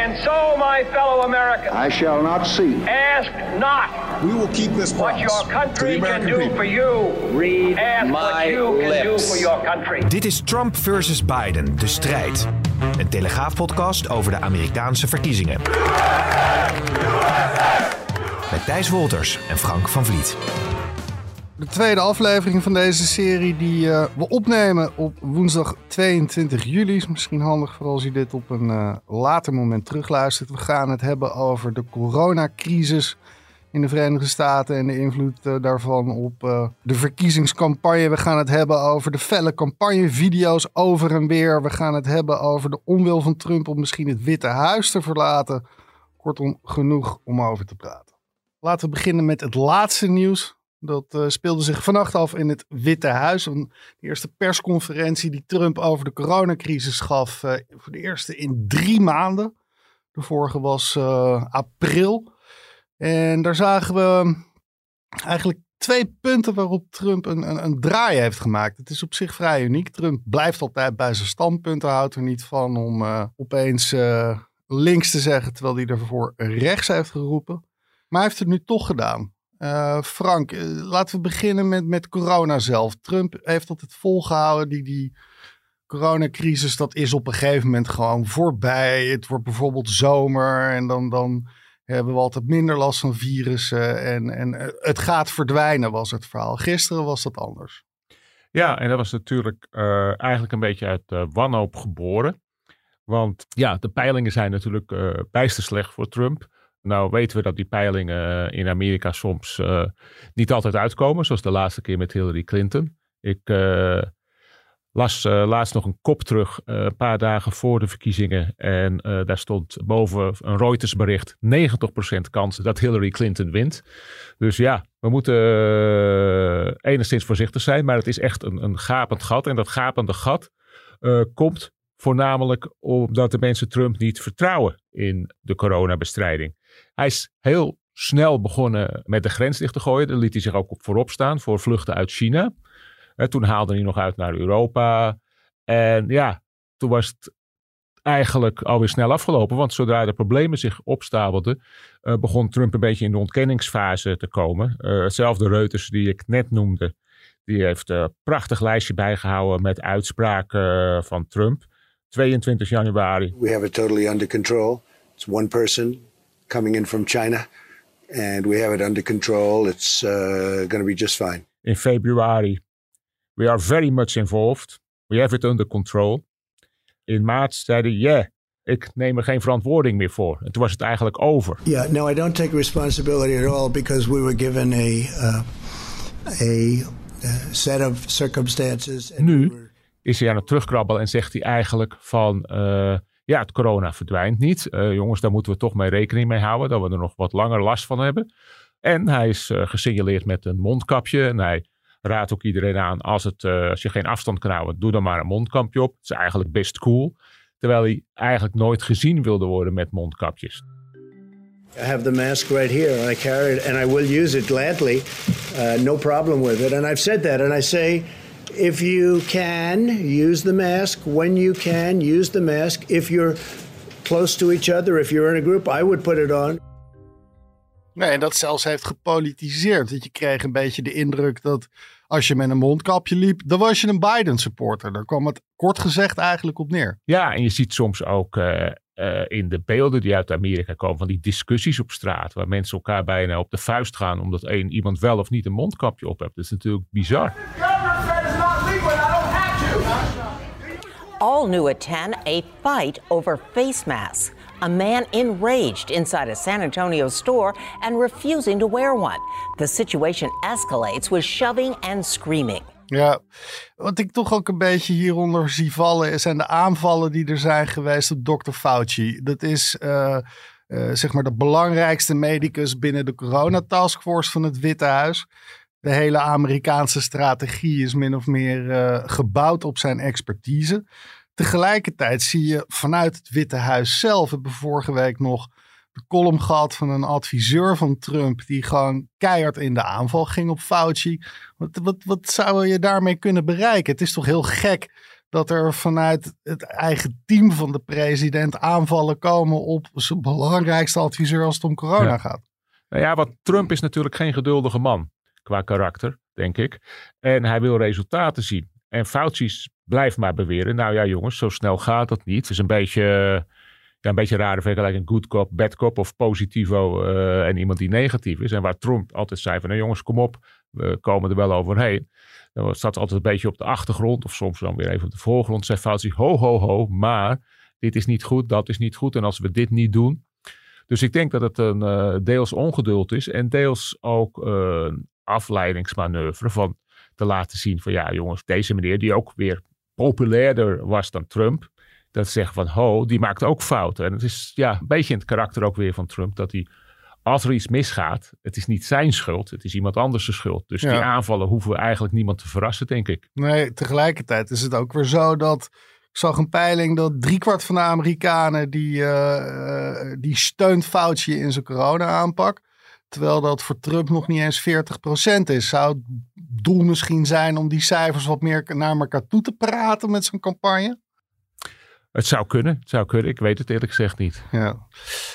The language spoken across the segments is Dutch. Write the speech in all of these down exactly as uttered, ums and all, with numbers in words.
And so, my fellow Americans, I shall not see. Ask not We will keep this what promise your country to the can American do people. for you. Read Ask my what you can do lips. for your country. Dit is Trump versus Biden, de strijd. Een Telegraaf-podcast over de Amerikaanse verkiezingen. Met Thijs Wolters en Frank van Vliet. De tweede aflevering van deze serie die uh, we opnemen op woensdag tweeëntwintig juli. Is misschien handig voor als je dit op een uh, later moment terugluistert. We gaan het hebben over de coronacrisis in de Verenigde Staten en de invloed uh, daarvan op uh, de verkiezingscampagne. We gaan het hebben over de felle campagnevideo's over en weer. We gaan het hebben over de onwil van Trump om misschien het Witte Huis te verlaten. Kortom, genoeg om over te praten. Laten we beginnen met het laatste nieuws. Dat uh, speelde zich vannacht af in het Witte Huis. De eerste persconferentie die Trump over de coronacrisis gaf. Uh, voor de eerste in drie maanden. De vorige was uh, april. En daar zagen we eigenlijk twee punten waarop Trump een, een, een draai heeft gemaakt. Het is op zich vrij uniek. Trump blijft altijd bij zijn standpunten. Houdt er niet van om uh, opeens uh, links te zeggen terwijl hij ervoor rechts heeft geroepen. Maar hij heeft het nu toch gedaan. Uh, Frank, uh, laten we beginnen met, met corona zelf. Trump heeft altijd volgehouden. Die, die coronacrisis, dat is op een gegeven moment gewoon voorbij. Het wordt bijvoorbeeld zomer en dan, dan hebben we altijd minder last van virussen. En, en uh, het gaat verdwijnen was het verhaal. Gisteren was dat anders. Ja, en dat was natuurlijk uh, eigenlijk een beetje uit uh, wanhoop geboren. Want ja, de peilingen zijn natuurlijk uh, bijster slecht voor Trump. Nou weten we dat die peilingen in Amerika soms uh, niet altijd uitkomen. Zoals de laatste keer met Hillary Clinton. Ik uh, las uh, laatst nog een kop terug. Uh, een paar dagen voor de verkiezingen. En uh, daar stond boven een Reuters bericht. negentig procent kans dat Hillary Clinton wint. Dus ja, we moeten uh, enigszins voorzichtig zijn. Maar het is echt een, een gapend gat. En dat gapende gat uh, komt voornamelijk omdat de mensen Trump niet vertrouwen in de coronabestrijding. Hij is heel snel begonnen met de grens dicht te gooien. Daar liet hij zich ook op voorop staan voor vluchten uit China. En toen haalde hij nog uit naar Europa. En ja, toen was het eigenlijk alweer snel afgelopen. Want zodra de problemen zich opstapelden, uh, begon Trump een beetje in de ontkenningsfase te komen. Uh, hetzelfde Reuters die ik net noemde. Die heeft een prachtig lijstje bijgehouden met uitspraken van Trump. tweeëntwintig januari. We have it totally under control. It's one person coming in from China. And we have it under control. It's uh, going to be just fine. In februari. We are very much involved. We have it under control. In maart zei hij, yeah, ik neem er geen verantwoording meer voor. En toen was het eigenlijk over. Yeah, no, I don't take responsibility at all because we were given a, uh, a uh, set of circumstances. And nu we were... is hij aan het terugkrabbelen en zegt hij eigenlijk van, uh, ja, het corona verdwijnt niet. Uh, jongens, daar moeten we toch mee rekening mee houden, dat we er nog wat langer last van hebben. En hij is uh, gesignaleerd met een mondkapje en hij raadt ook iedereen aan, als, het, uh, als je geen afstand kan houden, doe dan maar een mondkapje op. Het is eigenlijk best cool. Terwijl hij eigenlijk nooit gezien wilde worden met mondkapjes. I have the mask right here and I carry it and I will use it gladly. Uh, no problem with it. And I've said that and I say, if you can, use the mask. When you can, use the mask. If you're close to each other, if you're in a group, I would put it on. Nee, en dat zelfs heeft gepolitiseerd. Dat je kreeg een beetje de indruk dat als je met een mondkapje liep, dan was je een Biden supporter. Daar kwam het kort gezegd eigenlijk op neer. Ja, en je ziet soms ook uh, uh, in de beelden die uit Amerika komen van die discussies op straat, waar mensen elkaar bijna op de vuist gaan omdat een, iemand wel of niet een mondkapje op heeft. Dat is natuurlijk bizar. All new at ten, a fight over face masks. A man enraged inside a San Antonio store and refusing to wear one. The situation escalates with shoving and screaming. Ja, wat ik toch ook een beetje hieronder zie vallen zijn de aanvallen die er zijn geweest op dokter Fauci. Dat is uh, uh, zeg maar de belangrijkste medicus binnen de coronataskforce van het Witte Huis. De hele Amerikaanse strategie is min of meer uh, gebouwd op zijn expertise. Tegelijkertijd zie je vanuit het Witte Huis zelf, hebben we vorige week nog de column gehad van een adviseur van Trump die gewoon keihard in de aanval ging op Fauci. Wat, wat, wat zou je daarmee kunnen bereiken? Het is toch heel gek dat er vanuit het eigen team van de president aanvallen komen op zijn belangrijkste adviseur als het om corona ja. gaat. Nou ja, want Trump is natuurlijk geen geduldige man qua karakter, denk ik. En hij wil resultaten zien. En Fauci blijft maar beweren, nou ja jongens, zo snel gaat dat niet. Het is een beetje, ja, een beetje een rare vergelijking, good cop, bad cop of positivo uh, en iemand die negatief is. En waar Trump altijd zei van, nou jongens, kom op, we komen er wel overheen. Dan staat altijd een beetje op de achtergrond of soms dan weer even op de voorgrond. Zegt Fauci, ho, ho, ho, maar dit is niet goed, dat is niet goed. En als we dit niet doen. Dus ik denk dat het een uh, deels ongeduld is en deels ook uh, een afleidingsmanoeuvre van te laten zien van ja jongens, deze meneer die ook weer populairder was dan Trump. Dat zegt van ho, die maakt ook fouten. En het is ja een beetje in het karakter ook weer van Trump dat hij, als er iets misgaat, het is niet zijn schuld, het is iemand anders' schuld. Dus ja. die aanvallen hoeven eigenlijk niemand te verrassen, denk ik. Nee, tegelijkertijd is het ook weer zo dat, ik zag een peiling dat driekwart van de Amerikanen die, uh, die steunt Fauci in zijn corona-aanpak. Terwijl dat voor Trump nog niet eens veertig procent is. Zou het doel misschien zijn om die cijfers wat meer naar elkaar toe te praten met zijn campagne? Het zou kunnen, het zou kunnen. Ik weet het eerlijk gezegd niet. Ja.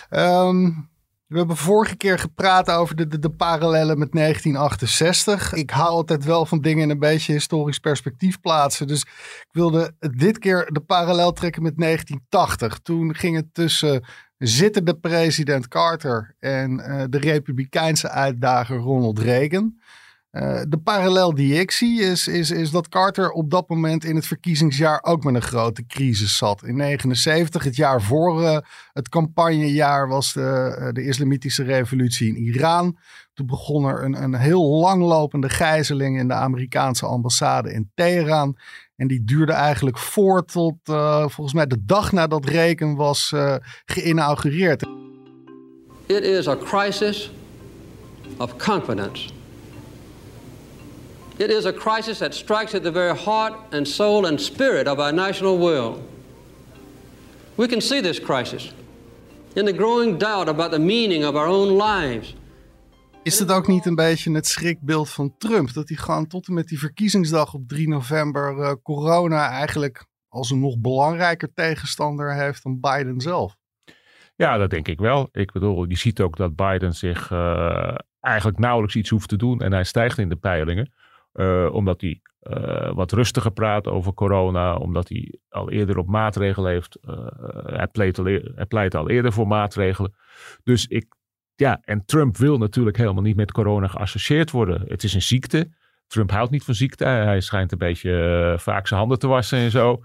Um, we hebben vorige keer gepraat over de, de, de parallellen met negentien achtenzestig. Ik hou altijd wel van dingen in een beetje historisch perspectief plaatsen. Dus ik wilde dit keer de parallel trekken met negentien tachtig. Toen ging het tussen zittende president Carter en uh, de republikeinse uitdager Ronald Reagan. Uh, de parallel die ik zie is, is, is dat Carter op dat moment in het verkiezingsjaar ook met een grote crisis zat. In negenenzeventig, het jaar voor uh, het campagnejaar, was de, uh, de islamitische revolutie in Iran. Toen begon er een, een heel langlopende gijzeling in de Amerikaanse ambassade in Teheran. En die duurde eigenlijk voort tot uh, volgens mij de dag nadat Reagan was uh, geïnaugureerd. It is a crisis of confidence. It is a crisis that strikes at the very heart and soul and spirit of our national will. We can see this crisis in the growing doubt about the meaning of our own lives. Is het ook niet een beetje het schrikbeeld van Trump? Dat hij gewoon tot en met die verkiezingsdag op drie november uh, corona eigenlijk als een nog belangrijker tegenstander heeft dan Biden zelf? Ja, dat denk ik wel. Ik bedoel, je ziet ook dat Biden zich uh, eigenlijk nauwelijks iets hoeft te doen. En hij stijgt in de peilingen. Uh, omdat hij uh, wat rustiger praat over corona. Omdat hij al eerder op maatregelen heeft. Uh, hij, pleit al, hij pleit al eerder voor maatregelen. Dus ik, ja, en Trump wil natuurlijk helemaal niet met corona geassocieerd worden. Het is een ziekte. Trump houdt niet van ziekte. Hij schijnt een beetje uh, vaak zijn handen te wassen en zo.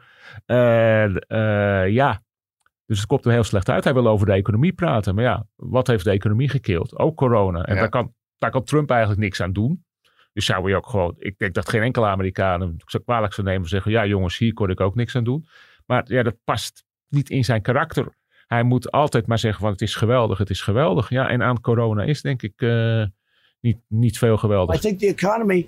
Uh, uh, ja, dus het komt hem heel slecht uit. Hij wil over de economie praten. Maar ja, wat heeft de economie gekeeld? Ook corona. En ja. daar, kan, daar kan Trump eigenlijk niks aan doen. Dus zou je ook gewoon, ik denk dat geen enkele Amerikaan hem zo kwalijk zou nemen en zeggen, ja jongens, hier kon ik ook niks aan doen. Maar ja, dat past niet in zijn karakter. Hij moet altijd maar zeggen van het is geweldig, het is geweldig. Ja, en aan corona is denk ik uh, niet, niet veel geweldig. I think the economy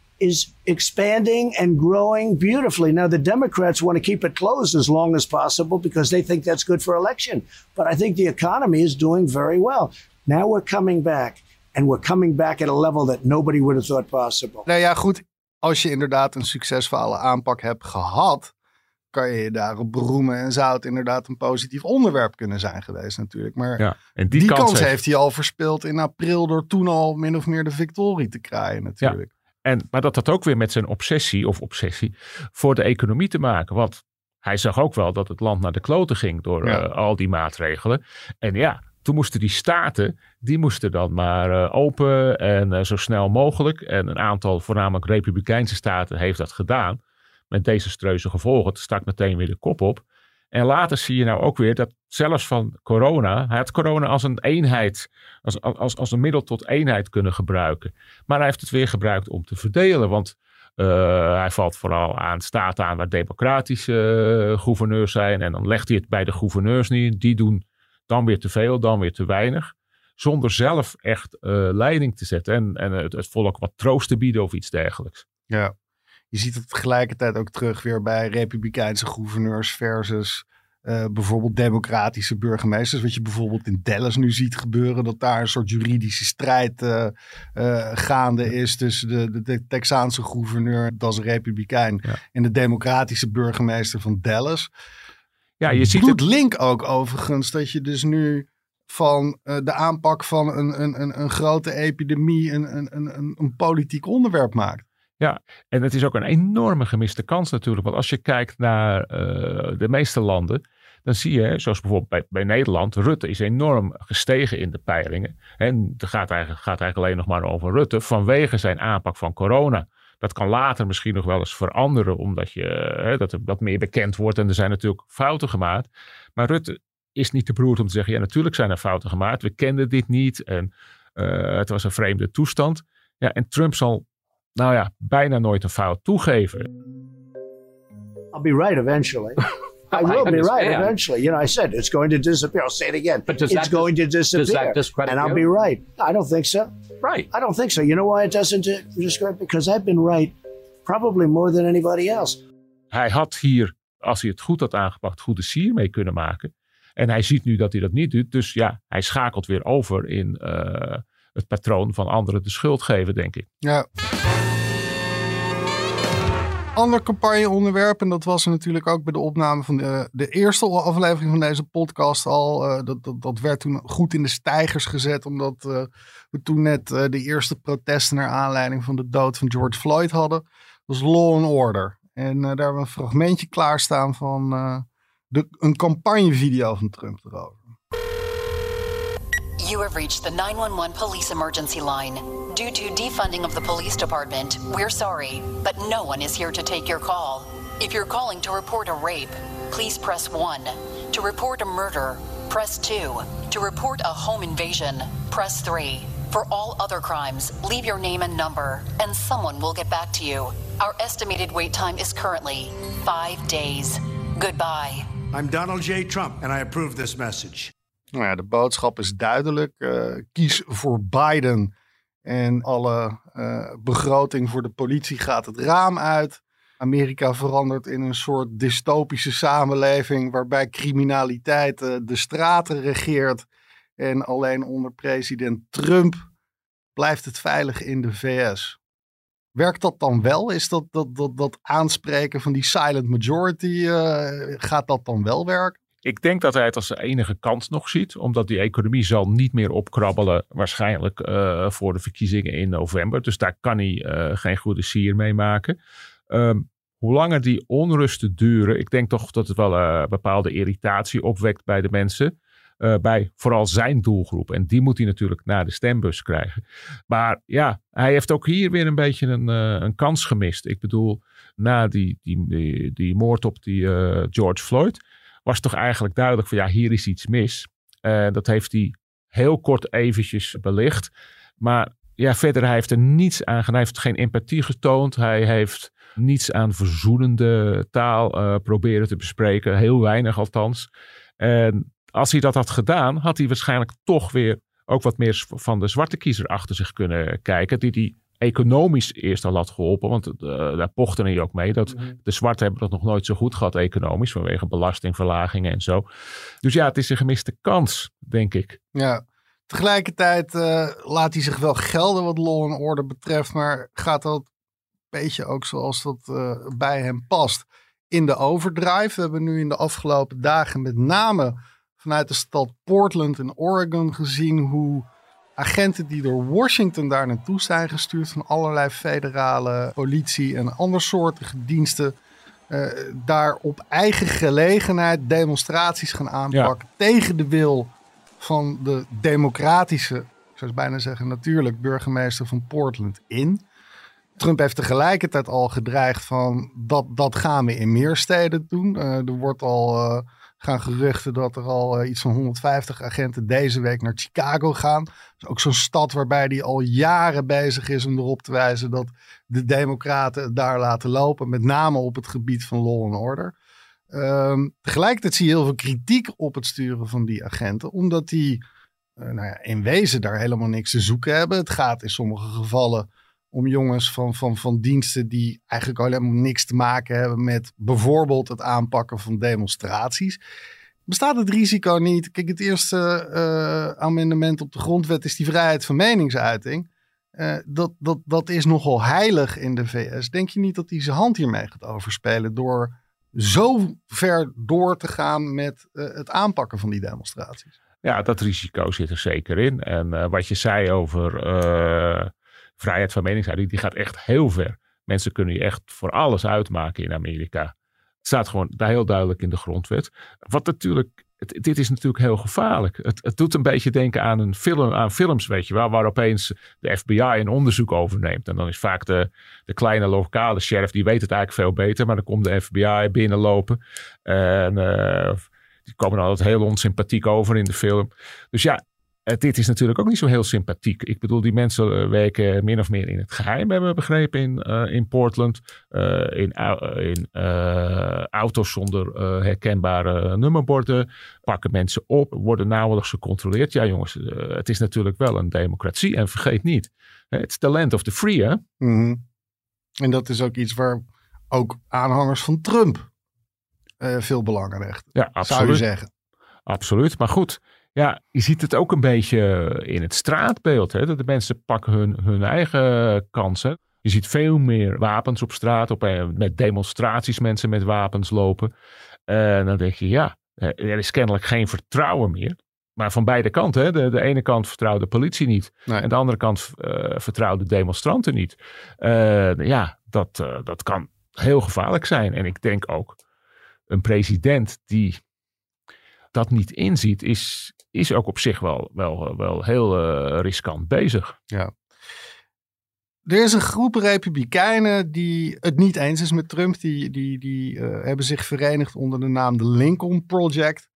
is expanding and growing beautifully. Now the Democrats want to keep it closed as long as possible because they think that's good for election. But I think the economy is doing very well. Now we're coming back. And we're coming back at a level that nobody would have thought possible. Nou ja, goed. Als je inderdaad een succesvolle aanpak hebt gehad, kan je je daarop beroemen en zou het inderdaad een positief onderwerp kunnen zijn geweest natuurlijk. Maar ja, en die, die kans, kans heeft... heeft hij al verspeeld in april door toen al min of meer de victorie te krijgen natuurlijk. Ja. En, maar dat had ook weer met zijn obsessie of obsessie voor de economie te maken. Want hij zag ook wel dat het land naar de kloten ging door ja. uh, al die maatregelen. En ja, toen moesten die staten, die moesten dan maar uh, open en uh, zo snel mogelijk. En een aantal voornamelijk republikeinse staten heeft dat gedaan. Met desastreuze gevolgen. Het stak meteen weer de kop op. En later zie je nou ook weer dat zelfs van corona, hij had corona als een eenheid, als, als, als een middel tot eenheid kunnen gebruiken. Maar hij heeft het weer gebruikt om te verdelen. Want uh, hij valt vooral aan staten aan waar democratische uh, gouverneurs zijn. En dan legt hij het bij de gouverneurs neer. Die doen dan weer te veel, dan weer te weinig. Zonder zelf echt uh, leiding te zetten. En, en het, het volk wat troost te bieden of iets dergelijks. Ja, je ziet het tegelijkertijd ook terug weer bij republikeinse gouverneurs versus Uh, bijvoorbeeld democratische burgemeesters. Wat je bijvoorbeeld in Dallas nu ziet gebeuren. Dat daar een soort juridische strijd uh, uh, gaande is tussen de, de, de Texaanse gouverneur, dat is een republikein, ja. en de democratische burgemeester van Dallas. Ja, je ziet het link ook overigens dat je dus nu van uh, de aanpak van een, een, een, een grote epidemie een, een, een, een politiek onderwerp maakt. Ja, en het is ook een enorme gemiste kans natuurlijk. Want als je kijkt naar uh, de meeste landen, dan zie je, zoals bijvoorbeeld bij, bij Nederland, Rutte is enorm gestegen in de peilingen. En het gaat eigenlijk, gaat eigenlijk alleen nog maar over Rutte vanwege zijn aanpak van corona. Dat kan later misschien nog wel eens veranderen, omdat je, hè, dat er wat meer bekend wordt. En er zijn natuurlijk fouten gemaakt. Maar Rutte is niet te beroerd om te zeggen, ja, natuurlijk zijn er fouten gemaakt. We kenden dit niet en uh, het was een vreemde toestand. Ja, en Trump zal, nou ja, bijna nooit een fout toegeven. I'll be right eventually. I will be right eventually. You know, I said it's going to disappear. I'll say it again. But does it's that going dis- to disappear. Does that discredit and I'll you? be right. I don't think so. Right. I don't think so. You know why it doesn't discredit? Because I've been right probably more than anybody else. Hij had hier, als hij het goed had aangepakt, goede sier mee kunnen maken. En hij ziet nu dat hij dat niet doet. Dus ja, hij schakelt weer over in uh, het patroon van anderen de schuld geven, denk ik. Ja. Ander campagneonderwerp, en dat was er natuurlijk ook bij de opname van de, de eerste aflevering van deze podcast al. Uh, dat, dat, dat werd toen goed in de steigers gezet, omdat uh, we toen net uh, de eerste protesten naar aanleiding van de dood van George Floyd hadden. Dat was Law and Order. En uh, daar hebben we een fragmentje klaarstaan van uh, de, een campagnevideo van Trump erover. You have reached the nine one one police emergency line. Due to defunding of the police department, we're sorry, but no one is here to take your call. If you're calling to report a rape, please press one. To report a murder, press two. To report a home invasion, press three. For all other crimes, leave your name and number, and someone will get back to you. Our estimated wait time is currently five days. Goodbye. I'm Donald J. Trump, and I approve this message. Nou ja, de boodschap is duidelijk. Uh, kies voor Biden en alle uh, begroting voor de politie gaat het raam uit. Amerika verandert in een soort dystopische samenleving waarbij criminaliteit uh, de straten regeert. En alleen onder president Trump blijft het veilig in de V S. Werkt dat dan wel? Is dat, dat, dat, dat aanspreken van die silent majority, uh, gaat dat dan wel werken? Ik denk dat hij het als de enige kans nog ziet. Omdat die economie zal niet meer opkrabbelen. Waarschijnlijk uh, voor de verkiezingen in november. Dus daar kan hij uh, geen goede sier mee maken. Um, hoe langer die onrusten duren. Ik denk toch dat het wel uh, bepaalde irritatie opwekt bij de mensen. Uh, bij vooral zijn doelgroep. En die moet hij natuurlijk naar de stembus krijgen. Maar ja, hij heeft ook hier weer een beetje een, uh, een kans gemist. Ik bedoel, na die, die, die, die moord op die uh, George Floyd was toch eigenlijk duidelijk van ja, hier is iets mis. Uh, dat heeft hij heel kort eventjes belicht. Maar ja, verder, hij heeft er niets aan gedaan. Hij heeft geen empathie getoond. Hij heeft niets aan verzoenende taal uh, proberen te bespreken. Heel weinig althans. En als hij dat had gedaan, had hij waarschijnlijk toch weer ook wat meer van de zwarte kiezer achter zich kunnen kijken. Die hij economisch eerst al had geholpen. Want uh, daar pochte hij ook mee. Dat mm-hmm. De zwarten hebben dat nog nooit zo goed gehad economisch. Vanwege belastingverlagingen en zo. Dus ja, het is een gemiste kans, denk ik. Ja, tegelijkertijd uh, laat hij zich wel gelden wat law and order betreft. Maar gaat dat een beetje ook zoals dat uh, bij hem past in de overdrive. We hebben nu in de afgelopen dagen met name vanuit de stad Portland in Oregon gezien hoe agenten die door Washington daar naartoe zijn gestuurd van allerlei federale politie en andersoortige diensten uh, daar op eigen gelegenheid demonstraties gaan aanpakken ja. tegen de wil van de democratische, ik zou bijna zeggen natuurlijk, burgemeester van Portland in. Trump heeft tegelijkertijd al gedreigd van dat, dat gaan we in meer steden doen. Uh, er wordt al uh, gaan geruchten dat er al uh, iets van honderdvijftig agenten deze week naar Chicago gaan. Dat is ook zo'n stad waarbij hij al jaren bezig is om erop te wijzen dat de democraten het daar laten lopen. Met name op het gebied van law and order. Um, tegelijkertijd zie je heel veel kritiek op het sturen van die agenten. Omdat die uh, nou ja, in wezen daar helemaal niks te zoeken hebben. Het gaat in sommige gevallen om jongens van, van, van diensten die eigenlijk helemaal niks te maken hebben met bijvoorbeeld het aanpakken van demonstraties. Bestaat het risico niet? Kijk, het eerste uh, amendement op de grondwet is die vrijheid van meningsuiting. Uh, dat, dat, dat is nogal heilig in de V S. Denk je niet dat hij zijn hand hiermee gaat overspelen door zo ver door te gaan met uh, het aanpakken van die demonstraties? Ja, dat risico zit er zeker in. En uh, wat je zei over uh, vrijheid van meningsuiting, die gaat echt heel ver. Mensen kunnen je echt voor alles uitmaken in Amerika. Het staat gewoon heel duidelijk in de grondwet. Wat natuurlijk, het, dit is natuurlijk heel gevaarlijk. Het, het doet een beetje denken aan, een film, aan films, weet je wel, waar opeens de F B I een onderzoek overneemt. En dan is vaak de, de kleine lokale sheriff, die weet het eigenlijk veel beter, maar dan komt de F B I binnenlopen. En uh, die komen dan altijd heel onsympathiek over in de film. Dus ja, dit is natuurlijk ook niet zo heel sympathiek. Ik bedoel, die mensen werken min of meer in het geheim, hebben we begrepen, in, uh, in Portland. Uh, in uh, in uh, auto's zonder uh, herkenbare nummerborden. Pakken mensen op, worden nauwelijks gecontroleerd. Ja jongens, uh, het is natuurlijk wel een democratie. En vergeet niet, het is the land of the free, hè? Mm-hmm. En dat is ook iets waar ook aanhangers van Trump uh, veel belang aan hechten. Ja, absoluut. Zou je zeggen. Absoluut, maar goed. Ja, je ziet het ook een beetje in het straatbeeld. Hè? Dat de mensen pakken hun, hun eigen kansen. Je ziet veel meer wapens op straat. Op, met demonstraties mensen met wapens lopen. En dan denk je, ja, er is kennelijk geen vertrouwen meer. Maar van beide kanten. Hè? De, de ene kant vertrouwt de politie niet. Nee. En de andere kant uh, vertrouwt de demonstranten niet. Uh, ja, dat, uh, dat kan heel gevaarlijk zijn. En ik denk ook, een president die dat niet inziet, is, is ook op zich wel, wel, wel heel uh, riskant bezig. Ja. Er is een groep republikeinen die het niet eens is met Trump. Die, die, die uh, hebben zich verenigd onder de naam de Lincoln Project.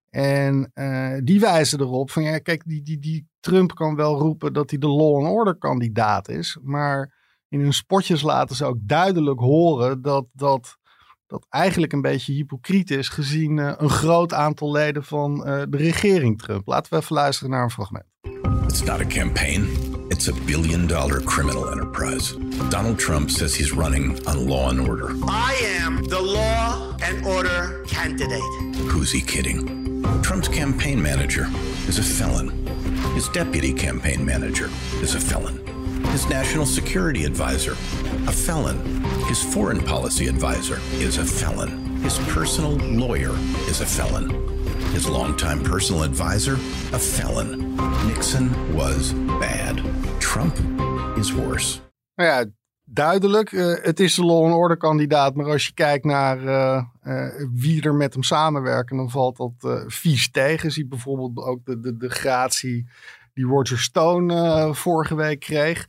En uh, die wijzen erop van, ja, kijk, die, die, die Trump kan wel roepen dat hij de law and order kandidaat is. Maar in hun spotjes laten ze ook duidelijk horen dat dat... dat eigenlijk een beetje hypocriet is gezien uh, een groot aantal leden van uh, de regering Trump. Laten we even luisteren naar een fragment. It's not a campaign. It's a billion dollar criminal enterprise. Donald Trump says he's running on law and order. I am the law and order candidate. Who's he kidding? Trump's campaign manager is a felon. His deputy campaign manager is a felon. His national security advisor, a felon. His foreign policy advisor is a felon. His personal lawyer is a felon. His longtime personal advisor, a felon. Nixon was bad. Trump is worse. Nou ja, duidelijk. Uh, het is de law and order kandidaat. Maar als je kijkt naar uh, uh, wie er met hem samenwerken, dan valt dat uh, vies tegen. Zie bijvoorbeeld ook de, de, de gratie die Roger Stone uh, vorige week kreeg.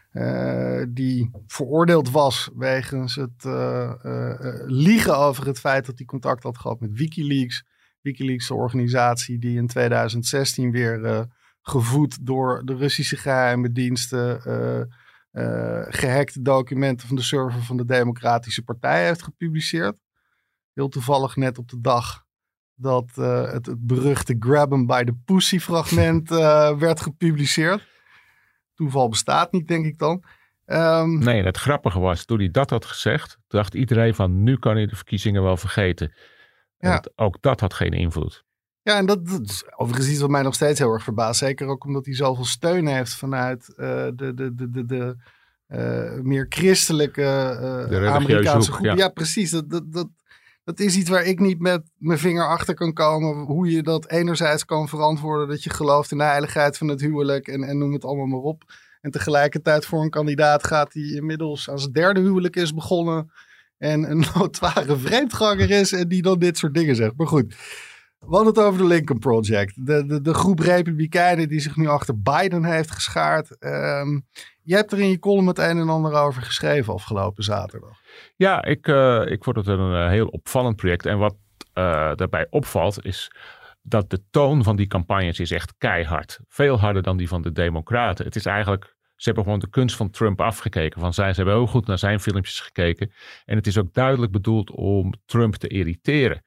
Uh, die veroordeeld was wegens het uh, uh, uh, liegen over het feit dat hij contact had gehad met Wikileaks. Wikileaks, de organisatie die in tweeduizend zestien weer uh, gevoed door de Russische geheime diensten uh, uh, gehackte documenten van de server van de Democratische Partij heeft gepubliceerd. Heel toevallig net op de dag dat uh, het, het beruchte Grab 'em by the Pussy fragment uh, werd gepubliceerd. Toeval bestaat niet, denk ik dan. Um, nee, het grappige was, toen hij dat had gezegd, dacht iedereen van, nu kan hij de verkiezingen wel vergeten. Ja. Want ook dat had geen invloed. Ja, en dat, dat is overigens iets wat mij nog steeds heel erg verbaast. Zeker ook omdat hij zoveel steun heeft vanuit uh, de, de, de, de, de uh, meer christelijke uh, de Amerikaanse groep. Ja. ja, precies. Dat, dat, dat, dat is iets waar ik niet met mijn vinger achter kan komen. Hoe je dat enerzijds kan verantwoorden, dat je gelooft in de heiligheid van het huwelijk en, en noem het allemaal maar op. En tegelijkertijd voor een kandidaat gaat die inmiddels aan zijn derde huwelijk is begonnen en een notoire vreemdganger is en die dan dit soort dingen zegt. Maar goed, we hadden het over de Lincoln Project. De, de, de groep republikeinen die zich nu achter Biden heeft geschaard. Um, je hebt er in je column het een en ander over geschreven afgelopen zaterdag. Ja, ik, uh, ik vond het een uh, heel opvallend project. En wat uh, daarbij opvalt is dat de toon van die campagnes is echt keihard. Veel harder dan die van de Democraten. Het is eigenlijk, ze hebben gewoon de kunst van Trump afgekeken. Van zij, ze hebben heel goed naar zijn filmpjes gekeken. En het is ook duidelijk bedoeld om Trump te irriteren.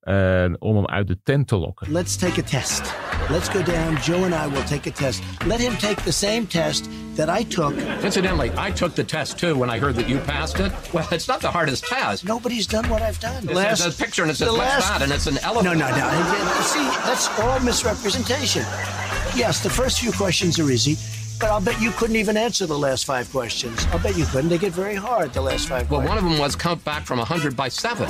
Uh, om hem uit de tent te lokken. Let's take a test. Let's go down. Joe and I will take a test. Let him take the same test that I took. Incidentally, I took the test too when I heard that you passed it. Well, it's not the hardest test. Nobody's done what I've done. The last, there's a picture and it says, what's last, that? And it's an elephant. No, no, no. See, that's all misrepresentation. Yes, the first few questions are easy. But I'll bet you couldn't even answer the last five questions. I'll bet you couldn't. They get very hard, the last five well, questions. Well, one of them was count back from one hundred by seven.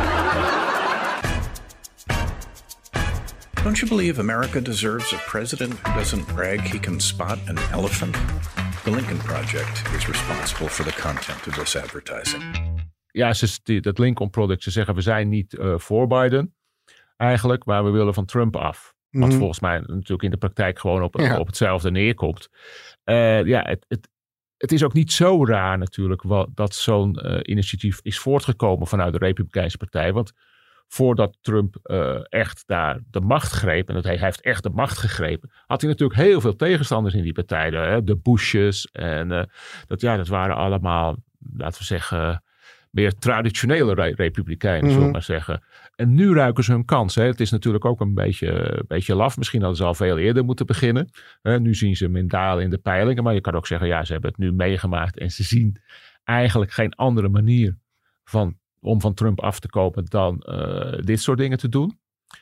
Don't you believe America deserves a president who doesn't brag he can spot an elephant? The Lincoln Project is responsible for the content of this advertising. Ja, ze, die, dat Lincoln Project, ze zeggen we zijn niet uh, voor Biden eigenlijk, maar we willen van Trump af. Wat mm-hmm. volgens mij natuurlijk in de praktijk gewoon op, ja. op hetzelfde neerkomt. Uh, ja, het, het, het is ook niet zo raar natuurlijk wat, dat zo'n uh, initiatief is voortgekomen vanuit de Republikeinse Partij. Want voordat Trump uh, echt daar de macht greep, en dat hij, hij heeft echt de macht gegrepen, had hij natuurlijk heel veel tegenstanders in die partij. Hè? De Bushes en uh, dat, ja, dat waren allemaal, laten we zeggen, meer traditionele re- republikeinen, mm-hmm. zullen we maar zeggen. En nu ruiken ze hun kans. Hè. Het is natuurlijk ook een beetje, een beetje laf. Misschien hadden ze al veel eerder moeten beginnen. Uh, nu zien ze hem in dalen in de peilingen. Maar je kan ook zeggen, ja, ze hebben het nu meegemaakt. En ze zien eigenlijk geen andere manier van, om van Trump af te komen dan uh, dit soort dingen te doen.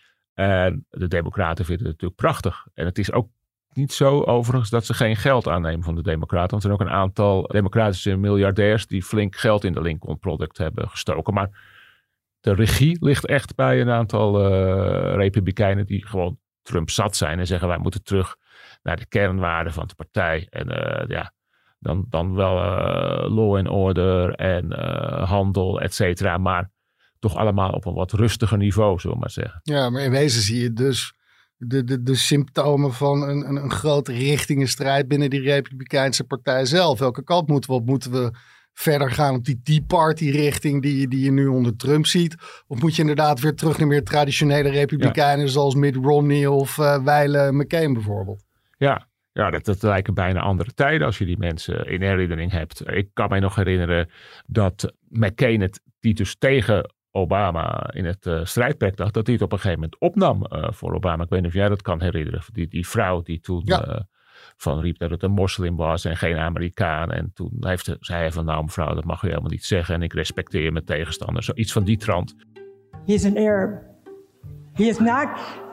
En de Democraten vinden het natuurlijk prachtig. En het is ook niet zo overigens dat ze geen geld aannemen van de Democraten. Want er zijn ook een aantal democratische miljardairs die flink geld in de Lincoln Project hebben gestoken. Maar de regie ligt echt bij een aantal uh, republikeinen die gewoon Trump zat zijn. En zeggen wij moeten terug naar de kernwaarden van de partij. En uh, ja, dan, dan wel uh, law and order en uh, handel, et cetera. Maar toch allemaal op een wat rustiger niveau, zullen we maar zeggen. Ja, maar in wezen zie je dus De, de, de symptomen van een, een, een grote richtingenstrijd binnen die Republikeinse partij zelf. Welke kant moeten we op? Moeten we verder gaan op die Tea Party richting die, die je nu onder Trump ziet? Of moet je inderdaad weer terug naar meer traditionele Republikeinen, ja, zoals Mitt Romney of uh, Weile McCain bijvoorbeeld? Ja, ja dat, dat lijken bijna andere tijden als je die mensen in herinnering hebt. Ik kan mij nog herinneren dat McCain het die dus tegen Obama in het uh, strijdperk dacht, dat hij het op een gegeven moment opnam uh, voor Obama. Ik weet niet of jij dat kan herinneren. Die, die vrouw die toen ja. uh, van riep dat het een moslim was en geen Amerikaan. En toen heeft de, zei hij van nou mevrouw, dat mag u helemaal niet zeggen. En ik respecteer mijn tegenstander. Zoiets van die trant. He is an Arab. He is not...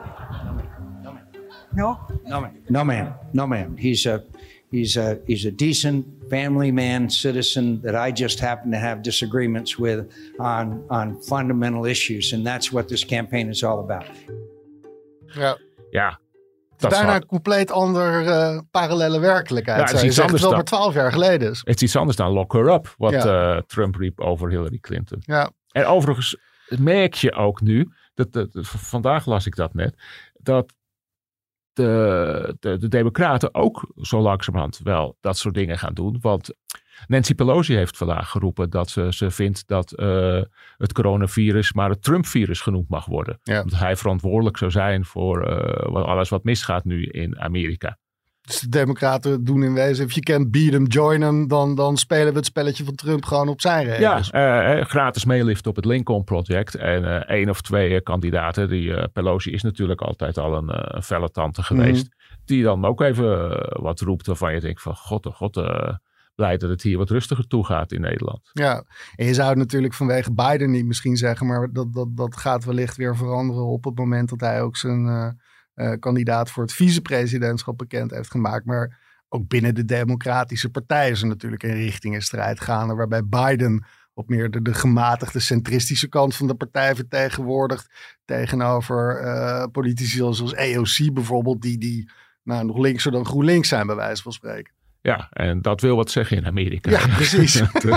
No? No man. No man. No man. He's a... He's a, he's a decent family man, citizen that I just happen to have disagreements with on, on fundamental issues. And that's what this campaign is all about. Ja. Ja. Het is bijna een compleet ander uh, parallele werkelijkheid. Ja, het is iets anders wel maar twaalf jaar geleden is. Het is iets anders dan lock her up, wat ja. uh, Trump riep over Hillary Clinton. Ja. En overigens merk je ook nu, dat, dat, dat, vandaag las ik dat net, dat De, de, de Democraten ook zo langzamerhand wel dat soort dingen gaan doen. Want Nancy Pelosi heeft vandaag geroepen dat ze, ze vindt dat uh, het coronavirus maar het Trump-virus genoemd mag worden. Ja. Omdat hij verantwoordelijk zou zijn voor uh, alles wat misgaat nu in Amerika. Dus de Democraten doen in wezen, if you can't beat them, join them, dan, dan spelen we het spelletje van Trump gewoon op zijn regels. Ja, uh, gratis meelift op het Lincoln Project. En uh, één of twee uh, kandidaten, die uh, Pelosi is natuurlijk altijd al een uh, felle tante geweest, mm-hmm. die dan ook even uh, wat roept waarvan je denkt van god, oh god, uh, blij dat het hier wat rustiger toegaat in Nederland. Ja, en je zou het natuurlijk vanwege Biden niet misschien zeggen, maar dat, dat, dat gaat wellicht weer veranderen op het moment dat hij ook zijn Uh, Uh, kandidaat voor het vicepresidentschap bekend heeft gemaakt. Maar ook binnen de Democratische Partij is er natuurlijk een richtingenstrijd gaande, waarbij Biden op meer de, de gematigde centristische kant van de partij vertegenwoordigt tegenover uh, politici zoals A O C bijvoorbeeld, die, die nou, nog linkser dan GroenLinks zijn bij wijze van spreken. Ja, en dat wil wat zeggen in Amerika. Ja, precies.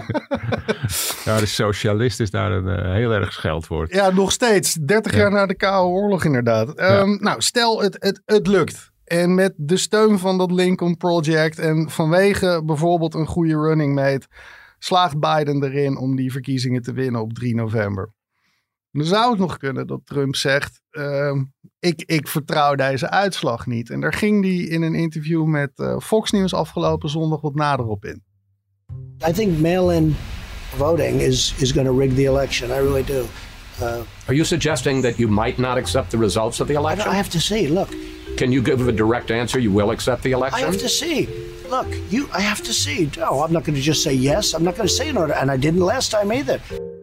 Ja, de socialist is daar een uh, heel erg scheldwoord. Ja, nog steeds. dertig ja. jaar na de Koude Oorlog inderdaad. Um, ja. Nou, stel het, het, het lukt. En met de steun van dat Lincoln Project en vanwege bijvoorbeeld een goede running mate, slaagt Biden erin om die verkiezingen te winnen op drie november. Dan zou het nog kunnen dat Trump zegt, uh, ik, ik vertrouw deze uitslag niet. En daar ging hij in een interview met uh, Fox News afgelopen zondag wat nader op in. I think mail-in voting is, is going to rig the election. I really do. Uh, Are you suggesting that you might not accept the results of the election? I have to see. Look. Can you give a direct answer? You will accept the election? I have to see. Look, you. I have to see. No, I'm not going to just say yes. I'm not going to say no. And I didn't last time either.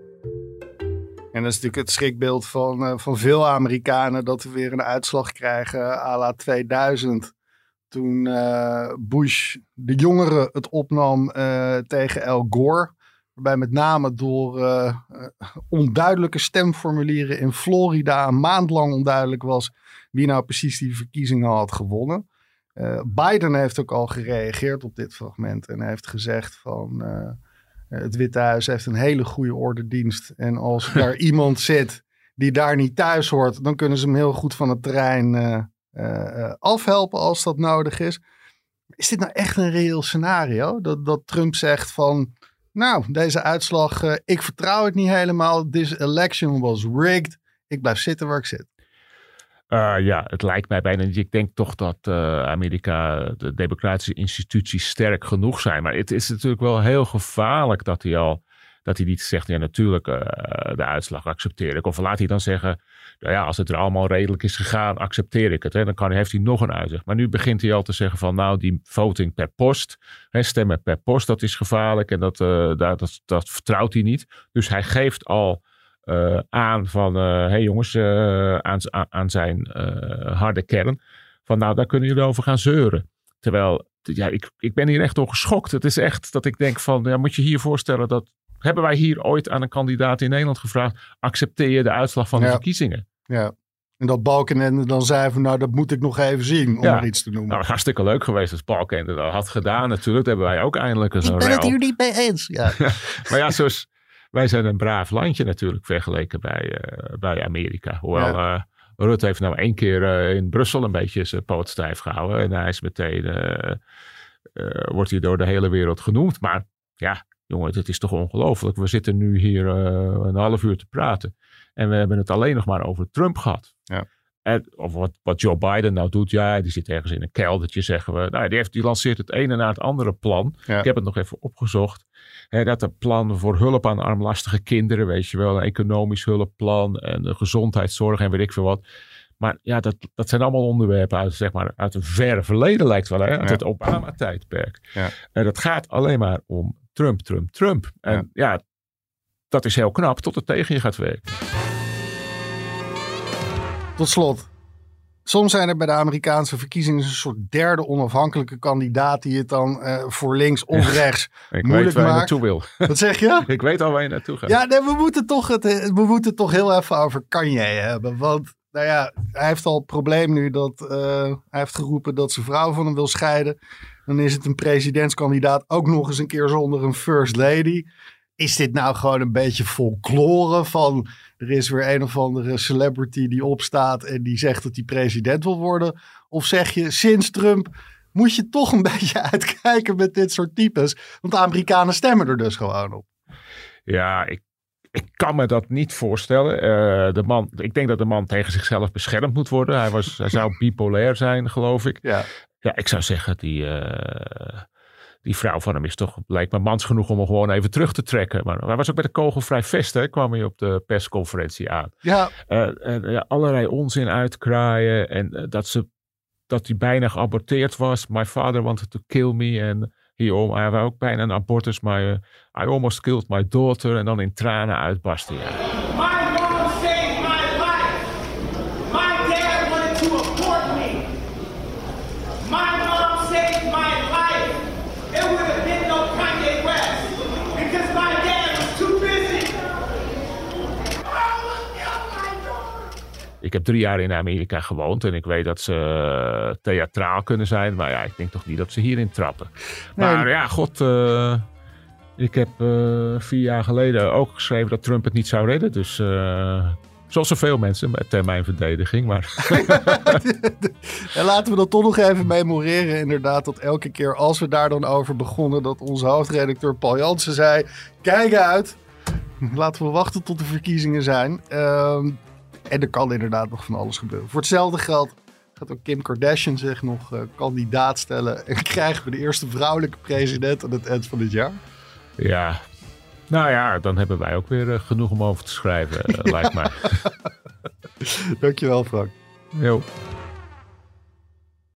En dat is natuurlijk het schrikbeeld van, uh, van veel Amerikanen dat we weer een uitslag krijgen à la tweeduizend. Toen uh, Bush de jongere het opnam uh, tegen Al Gore. Waarbij met name door uh, uh, onduidelijke stemformulieren in Florida een maand lang onduidelijk was wie nou precies die verkiezingen had gewonnen. Uh, Biden heeft ook al gereageerd op dit fragment en heeft gezegd van uh, het Witte Huis heeft een hele goede ordendienst. En als daar iemand zit die daar niet thuis hoort, dan kunnen ze hem heel goed van het terrein uh, uh, afhelpen als dat nodig is. Is dit nou echt een reëel scenario? Dat, dat Trump zegt van, nou, deze uitslag, uh, ik vertrouw het niet helemaal. This election was rigged. Ik blijf zitten waar ik zit. Uh, ja, het lijkt mij bijna niet. Ik denk toch dat uh, Amerika, de democratische instituties sterk genoeg zijn. Maar het is natuurlijk wel heel gevaarlijk dat hij al, dat hij niet zegt, ja natuurlijk uh, de uitslag accepteer ik. Of laat hij dan zeggen, nou ja, als het er allemaal redelijk is gegaan, accepteer ik het. Hè. Dan kan, heeft hij nog een uitzicht. Maar nu begint hij al te zeggen van, nou die voting per post, hè, stemmen per post, dat is gevaarlijk. En dat, uh, dat, dat, dat vertrouwt hij niet. Dus hij geeft al Uh, aan van, hé uh, hey jongens, uh, aan, aan zijn uh, harde kern. Van nou, daar kunnen jullie over gaan zeuren. Terwijl, ja, ik, ik ben hier echt door geschokt. Het is echt dat ik denk van, ja, moet je hier voorstellen dat, hebben wij hier ooit aan een kandidaat in Nederland gevraagd, accepteer je de uitslag van de ja. verkiezingen? Ja. En dat Balkenende dan zei van, nou, dat moet ik nog even zien, om ja. er iets te noemen. Nou, hartstikke leuk geweest als Balkenende dat had gedaan natuurlijk. Dat hebben wij ook eindelijk eens een Ik ben rel. het hier niet mee eens. Ja. Maar ja, zoals wij zijn een braaf landje natuurlijk vergeleken bij, uh, bij Amerika. Hoewel ja. uh, Rutte heeft nou één keer uh, in Brussel een beetje zijn poot stijf gehouden. En hij is meteen, uh, uh, wordt hij door de hele wereld genoemd. Maar ja, jongen, het is toch ongelooflijk. We zitten nu hier uh, een half uur te praten. En we hebben het alleen nog maar over Trump gehad. Ja. En, of wat, wat Joe Biden nou doet, ja, die zit ergens in een keldertje, zeggen we. Nou, die, heeft, die lanceert het ene na het andere plan. Ja. Ik heb het nog even opgezocht. He, dat een plan voor hulp aan armlastige kinderen, weet je wel. Een economisch hulpplan en de gezondheidszorg en weet ik veel wat. Maar ja, dat, dat zijn allemaal onderwerpen uit, zeg maar, uit een ver verleden, lijkt wel, hè? Uit ja. het Obama-tijdperk. Ja. En dat gaat alleen maar om Trump, Trump, Trump. En ja. ja, dat is heel knap tot het tegen je gaat werken. Tot slot. Soms zijn er bij de Amerikaanse verkiezingen een soort derde onafhankelijke kandidaat die het dan uh, voor links of rechts ik moeilijk weet waar maakt. je naartoe wil. Wat zeg je? Ik weet al waar je naartoe gaat. Ja, nee, we moeten toch het, we moeten het toch heel even over Kanye hebben. Want nou ja, hij heeft al het probleem nu dat uh, hij heeft geroepen dat zijn vrouw van hem wil scheiden. Dan is het een presidentskandidaat ook nog eens een keer zonder een first lady. Is dit nou gewoon een beetje folklore van er is weer een of andere celebrity die opstaat en die zegt dat hij president wil worden? Of zeg je, sinds Trump moet je toch een beetje uitkijken met dit soort types? Want de Amerikanen stemmen er dus gewoon op. Ja, ik, ik kan me dat niet voorstellen. Uh, de man, ik denk dat de man tegen zichzelf beschermd moet worden. Hij, was, hij zou bipolair zijn, geloof ik. Ja, ja ik zou zeggen, die... Uh, Die vrouw van hem is toch, lijkt me mans genoeg om hem gewoon even terug te trekken. Maar hij was ook bij de kogelvrij vest, hè, kwam hij op de persconferentie aan. Ja. Uh, en uh, allerlei onzin uitkraaien. En uh, dat, ze, dat hij bijna geaborteerd was. My father wanted to kill me. En hij, hij wou ook bijna een abortus. Maar uh, I almost killed my daughter. En dan in tranen uitbarsten. Ja. My mom saved my life. My dad wanted to abort me. My mom saved my life. It would have been no Kanye West because my dad was too busy. Ik heb drie jaar in Amerika gewoond en ik weet dat ze uh, theatraal kunnen zijn. Maar ja, ik denk toch niet dat ze hierin trappen. Maar nee. ja, god, uh, ik heb uh, vier jaar geleden ook geschreven dat Trump het niet zou redden. Dus uh, zoals zoveel mensen ter mijn verdediging. Maar en laten we dat toch nog even memoreren inderdaad. Dat elke keer als we daar dan over begonnen, dat onze hoofdredacteur Paul Jansen zei, kijk uit. Laten we wachten tot de verkiezingen zijn. Um, en er kan inderdaad nog van alles gebeuren. Voor hetzelfde geld gaat ook Kim Kardashian zich nog uh, kandidaat stellen. En krijgen we de eerste vrouwelijke president aan het eind van dit jaar. Ja, Nou ja, dan hebben wij ook weer uh, genoeg om over te schrijven, uh, lijkt mij. Dankjewel, Frank. Jo.